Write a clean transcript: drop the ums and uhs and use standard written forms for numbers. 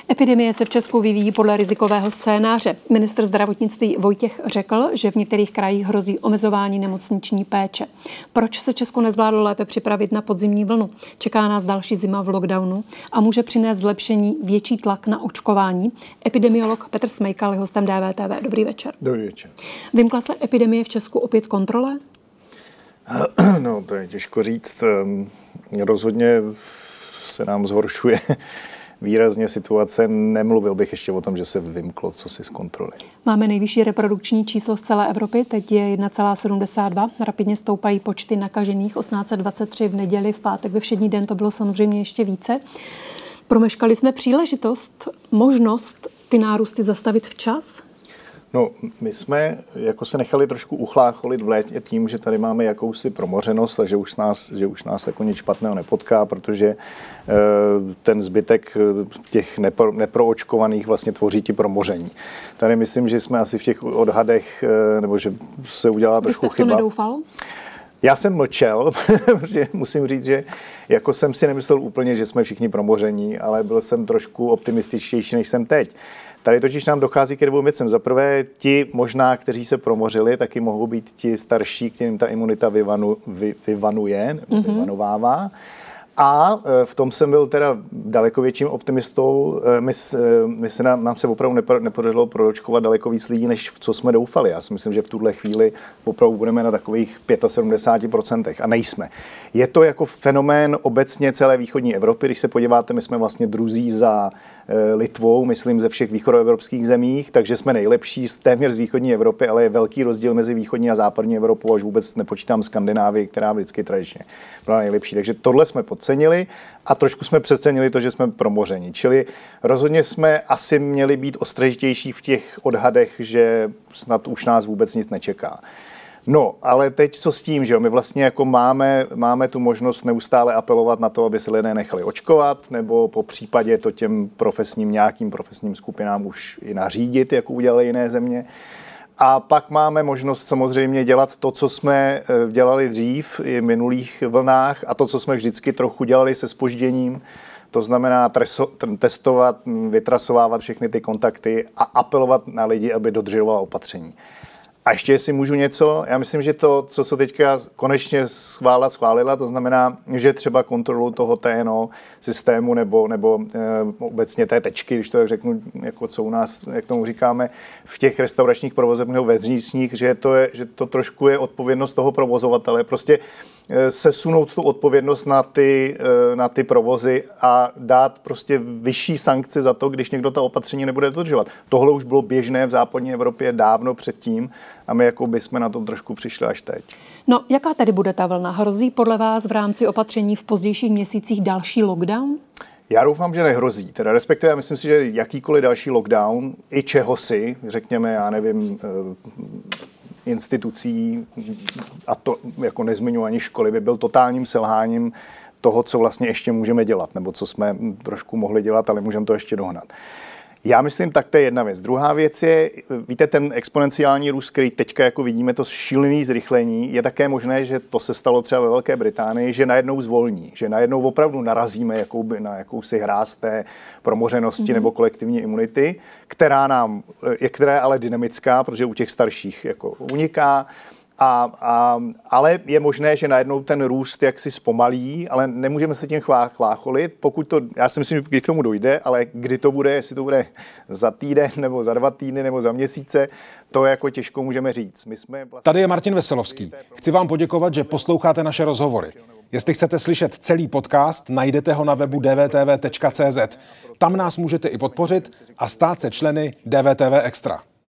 Epidemie se v Česku vyvíjí podle rizikového scénáře. Ministr zdravotnictví Vojtěch řekl, že v některých krajích hrozí omezování nemocniční péče. Proč se Česko nezvládlo lépe připravit na podzimní vlnu? Čeká nás další zima v lockdownu a může přinést zlepšení větší tlak na očkování. Epidemiolog Petr Smejkal je hostem DVTV. Dobrý večer. Dobrý večer. Vymkla se epidemie v Česku opět kontrole? No, to je těžko říct. Rozhodně se nám zhoršuje výrazně situace. Nemluvil bych ještě o tom, že se vymklo cosi z kontroly. Máme nejvyšší reprodukční číslo z celé Evropy, teď je 1,72. Rapidně stoupají počty nakažených, 1823 v neděli, v pátek ve všední den to bylo samozřejmě ještě více. Promeškali jsme příležitost, možnost ty nárůsty zastavit včas? No, my jsme jako se nechali trošku uchlácholit v létě tím, že tady máme jakousi promořenost a že už nás jako nic špatného nepotká, protože ten zbytek těch neproočkovaných vlastně tvoří ti promoření. Tady myslím, že jsme asi v těch odhadech, nebo že se udělala trošku chyba. Vy jste v to nedoufal? Já jsem mlčel, protože musím říct, že jako jsem si nemyslel úplně, že jsme všichni promoření, ale byl jsem trošku optimističtější, než jsem teď. Tady totiž nám dochází ke dvou věcem. Za prvé, ti možná, kteří se promořili, taky mohou být ti starší, kterým ta imunita vyvanovává. A v tom jsem byl teda daleko větším optimistou. Nám se opravdu nepodařilo proočkovat daleko víc lidí, než v co jsme doufali. Já si myslím, že v tuhle chvíli opravdu budeme na takových 75% a nejsme. Je to jako fenomén obecně celé východní Evropy. Když se podíváte, my jsme vlastně druzí za Litvou, myslím, ze všech východoevropských zemích, takže jsme nejlepší téměř z východní Evropy, ale je velký rozdíl mezi východní a západní Evropou, až vůbec nepočítám Skandinávii, která vždycky tradičně byla nejlepší. Takže tohle jsme podcenili a trošku jsme přecenili to, že jsme promoření. Čili rozhodně jsme asi měli být ostražitější v těch odhadech, že snad už nás vůbec nic nečeká. No, ale teď co s tím, že jo? My vlastně jako máme tu možnost neustále apelovat na to, aby se lidé nechali očkovat, nebo po případě to těm nějakým profesním skupinám už i nařídit, jako udělali jiné země. A pak máme možnost samozřejmě dělat to, co jsme dělali dřív i v minulých vlnách a to, co jsme vždycky trochu dělali se zpožděním. To znamená testovat, vytrasovávat všechny ty kontakty a apelovat na lidi, aby dodržovali opatření. A ještě jestli můžu něco, já myslím, že to, co se teďka konečně schválila, to znamená, že třeba kontrolu toho TNO systému nebo obecně té tečky, když to tak řeknu, jako co u nás, jak tomu říkáme, v těch restauračních provozech nebo ve vnitřních, že to trošku je odpovědnost toho provozovatele. Prostě sesunout tu odpovědnost na ty provozy a dát prostě vyšší sankce za to, když někdo ta opatření nebude dodržovat. Tohle už bylo běžné v západní Evropě dávno předtím a my jako bychom na to trošku přišli až teď. No, jaká tedy bude ta vlna? Hrozí podle vás v rámci opatření v pozdějších měsících další lockdown? Já doufám, že nehrozí. Teda respektive, myslím si, že jakýkoliv další lockdown, i čehosi, řekněme, já nevím, institucí, a to jako nezmiňuji ani školy, by byl totálním selháním toho, co vlastně ještě můžeme dělat, nebo co jsme trošku mohli dělat, ale můžeme to ještě dohnat. Já myslím, tak to je jedna věc. Druhá věc je, víte, ten exponenciální růst, který teďka jako vidíme, to šílené zrychlení, je také možné, že to se stalo třeba ve Velké Británii, že najednou zvolní, že najednou opravdu narazíme na jakousi hráz té promořenosti nebo kolektivní imunity, která je ale dynamická, protože u těch starších jako uniká. Ale je možné, že najednou ten růst jaksi zpomalí, ale nemůžeme se tím chlácholit. Já si myslím, že k tomu dojde, ale kdy to bude, jestli to bude za týden, nebo za 2 týdny, nebo za měsíce, to jako těžko můžeme říct. Tady je Martin Veselovský. Chci vám poděkovat, že posloucháte naše rozhovory. Jestli chcete slyšet celý podcast, najdete ho na webu dvtv.cz. Tam nás můžete i podpořit a stát se členy DVTV Extra.